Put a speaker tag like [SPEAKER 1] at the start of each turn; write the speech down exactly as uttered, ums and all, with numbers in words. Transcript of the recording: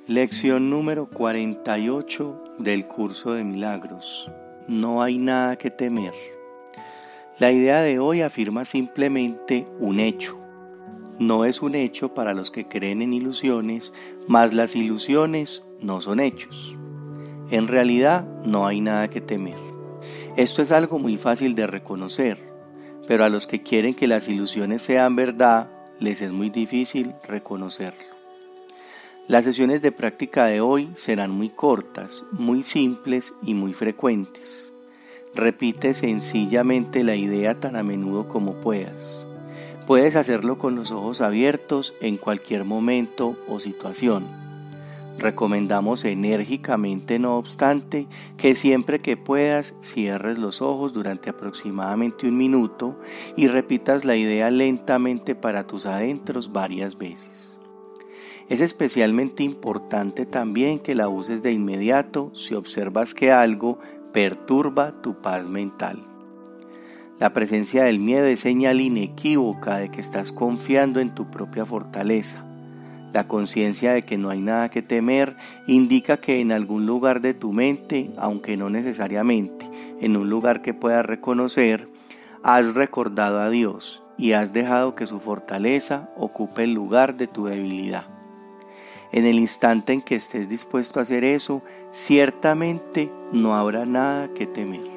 [SPEAKER 1] Lección número cuarenta y ocho del curso de milagros. No hay nada que temer. La idea de hoy afirma simplemente un hecho. No es un hecho para los que creen en ilusiones, mas las ilusiones no son hechos. En realidad no hay nada que temer. Esto es algo muy fácil de reconocer, pero a los que quieren que las ilusiones sean verdad, les es muy difícil reconocerlo. Las sesiones de práctica de hoy serán muy cortas, muy simples y muy frecuentes. Repite sencillamente la idea tan a menudo como puedas. Puedes hacerlo con los ojos abiertos en cualquier momento o situación. Recomendamos enérgicamente, no obstante, que siempre que puedas cierres los ojos durante aproximadamente un minuto y repitas la idea lentamente para tus adentros varias veces. Es especialmente importante también que la uses de inmediato si observas que algo perturba tu paz mental. La presencia del miedo es señal inequívoca de que estás confiando en tu propia fortaleza. La conciencia de que no hay nada que temer indica que en algún lugar de tu mente, aunque no necesariamente en un lugar que puedas reconocer, has recordado a Dios y has dejado que su fortaleza ocupe el lugar de tu debilidad. En el instante en que estés dispuesto a hacer eso, ciertamente no habrá nada que temer.